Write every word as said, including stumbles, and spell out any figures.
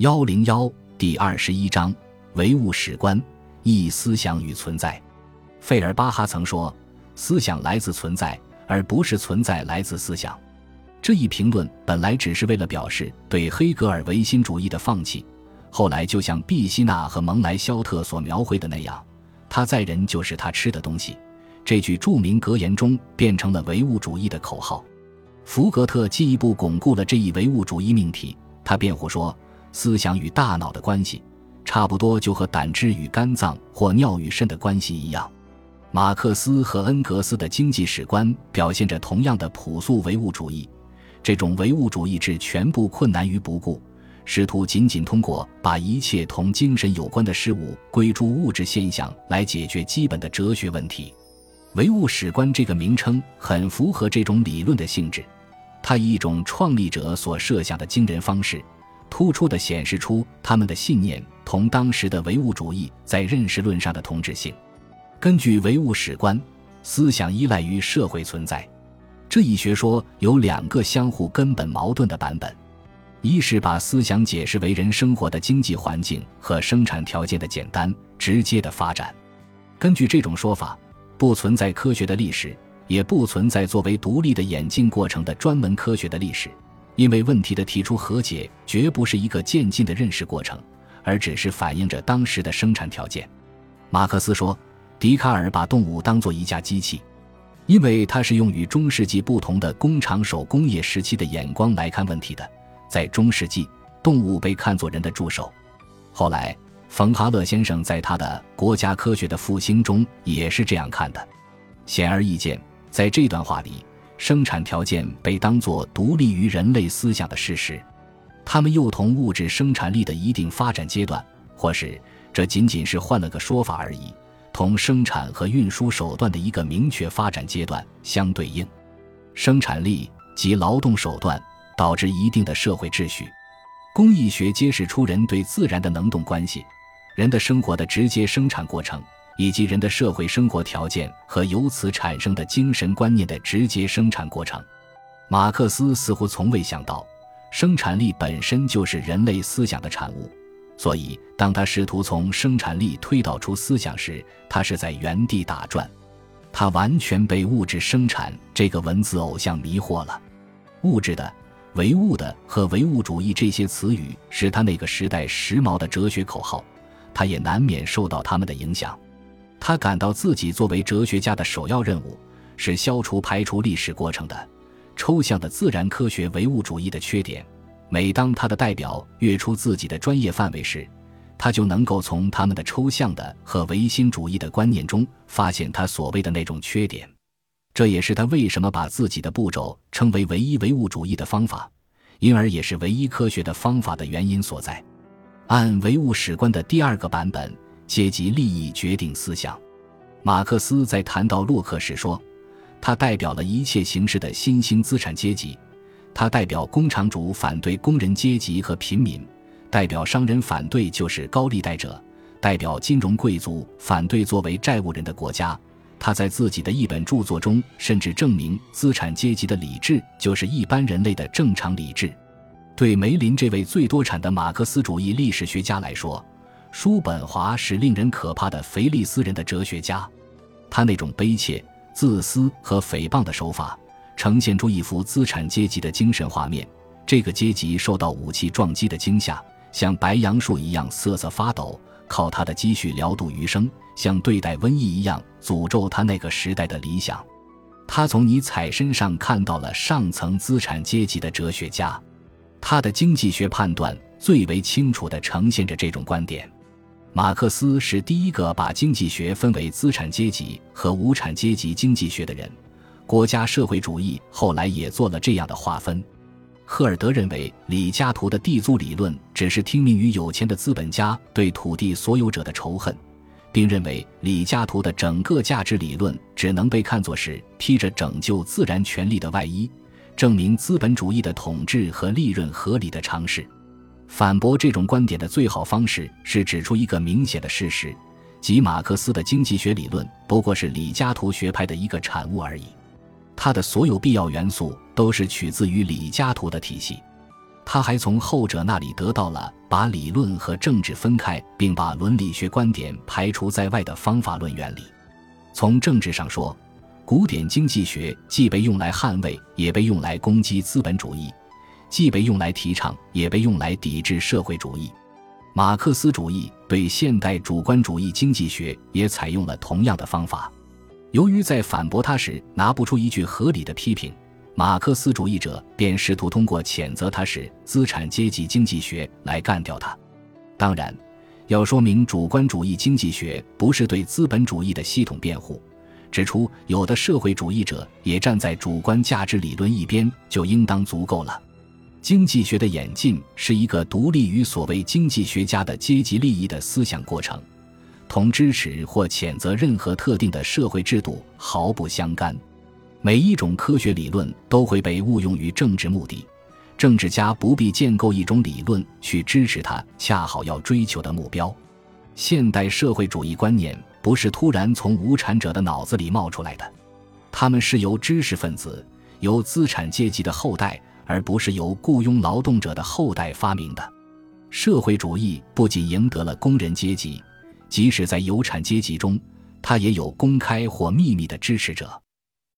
一零一第二十一章唯物史观：一思想与存在。费尔巴哈曾说，思想来自存在，而不是存在来自思想。这一评论本来只是为了表示对黑格尔唯心主义的放弃，后来就像毕希纳和蒙莱肖特所描绘的那样，他在人就是他吃的东西，这句著名格言中变成了唯物主义的口号。福格特进一步巩固了这一唯物主义命题，他辩护说，思想与大脑的关系差不多就和胆汁与肝脏或尿与肾的关系一样。马克思和恩格斯的经济史观表现着同样的朴素唯物主义，这种唯物主义置全部困难于不顾，试图仅仅通过把一切同精神有关的事物归诸物质现象来解决基本的哲学问题。唯物史观这个名称很符合这种理论的性质，它以一种创立者所设想的惊人方式，突出地显示出他们的信念同当时的唯物主义在认识论上的同质性。根据唯物史观，思想依赖于社会存在。这一学说有两个相互根本矛盾的版本，一是把思想解释为人生活的经济环境和生产条件的简单直接的发展。根据这种说法，不存在科学的历史，也不存在作为独立的演进过程的专门科学的历史，因为问题的提出和解绝不是一个渐进的认识过程，而只是反映着当时的生产条件。马克思说，笛卡尔把动物当作一架机器，因为它是用与中世纪不同的工厂手工业时期的眼光来看问题的。在中世纪，动物被看作人的助手。后来冯哈勒先生在他的《国家科学的复兴》中也是这样看的。显而易见，在这段话里，生产条件被当作独立于人类思想的事实，它们又同物质生产力的一定发展阶段，或是这仅仅是换了个说法而已，同生产和运输手段的一个明确发展阶段相对应。生产力及劳动手段导致一定的社会秩序。工艺学揭示出人对自然的能动关系，人的生活的直接生产过程，以及人的社会生活条件和由此产生的精神观念的直接生产过程。马克思似乎从未想到，生产力本身就是人类思想的产物，所以当他试图从生产力推导出思想时，他是在原地打转。他完全被物质生产这个文字偶像迷惑了。物质的、唯物的和唯物主义这些词语是他那个时代时髦的哲学口号，他也难免受到他们的影响。他感到自己作为哲学家的首要任务是消除排除历史过程的抽象的自然科学唯物主义的缺点。每当他的代表跃出自己的专业范围时，他就能够从他们的抽象的和唯心主义的观念中发现他所谓的那种缺点。这也是他为什么把自己的步骤称为唯一唯物主义的方法，因而也是唯一科学的方法的原因所在。按唯物史观的第二个版本，阶级利益决定思想。马克思在谈到洛克时说，他代表了一切形式的新兴资产阶级，他代表工厂主反对工人阶级和平民，代表商人反对就是高利贷者，代表金融贵族反对作为债务人的国家。他在自己的一本著作中甚至证明资产阶级的理智就是一般人类的正常理智。对梅林这位最多产的马克思主义历史学家来说，叔本华是令人可怕的腓力斯人的哲学家。他那种卑怯、自私和诽谤的手法呈现出一幅资产阶级的精神画面，这个阶级受到武器撞击的惊吓，像白杨树一样瑟瑟发抖，靠他的积蓄聊度余生，像对待瘟疫一样诅咒他那个时代的理想。他从尼采身上看到了上层资产阶级的哲学家，他的经济学判断最为清楚地呈现着这种观点。马克思是第一个把经济学分为资产阶级和无产阶级经济学的人，国家社会主义后来也做了这样的划分。赫尔德认为李嘉图的地租理论只是听命于有钱的资本家对土地所有者的仇恨，并认为李嘉图的整个价值理论只能被看作是披着拯救自然权利的外衣，证明资本主义的统治和利润合理的尝试。反驳这种观点的最好方式是指出一个明显的事实，即马克思的经济学理论不过是李嘉图学派的一个产物而已。它的所有必要元素都是取自于李嘉图的体系。 他还从后者那里得到了把理论和政治分开并把伦理学观点排除在外的方法论原理。从政治上说，古典经济学既被用来捍卫，也被用来攻击资本主义，既被用来提倡，也被用来抵制社会主义。马克思主义对现代主观主义经济学也采用了同样的方法。由于在反驳他时拿不出一句合理的批评，马克思主义者便试图通过谴责他是资产阶级经济学来干掉他。当然，要说明主观主义经济学不是对资本主义的系统辩护，指出有的社会主义者也站在主观价值理论一边，就应当足够了。经济学的演进是一个独立于所谓经济学家的阶级利益的思想过程，同支持或谴责任何特定的社会制度毫不相干。每一种科学理论都会被误用于政治目的，政治家不必建构一种理论去支持他恰好要追求的目标。现代社会主义观念不是突然从无产者的脑子里冒出来的，他们是由知识分子、由资产阶级的后代，而不是由雇佣劳动者的后代发明的。社会主义不仅赢得了工人阶级，即使在有产阶级中，它也有公开或秘密的支持者。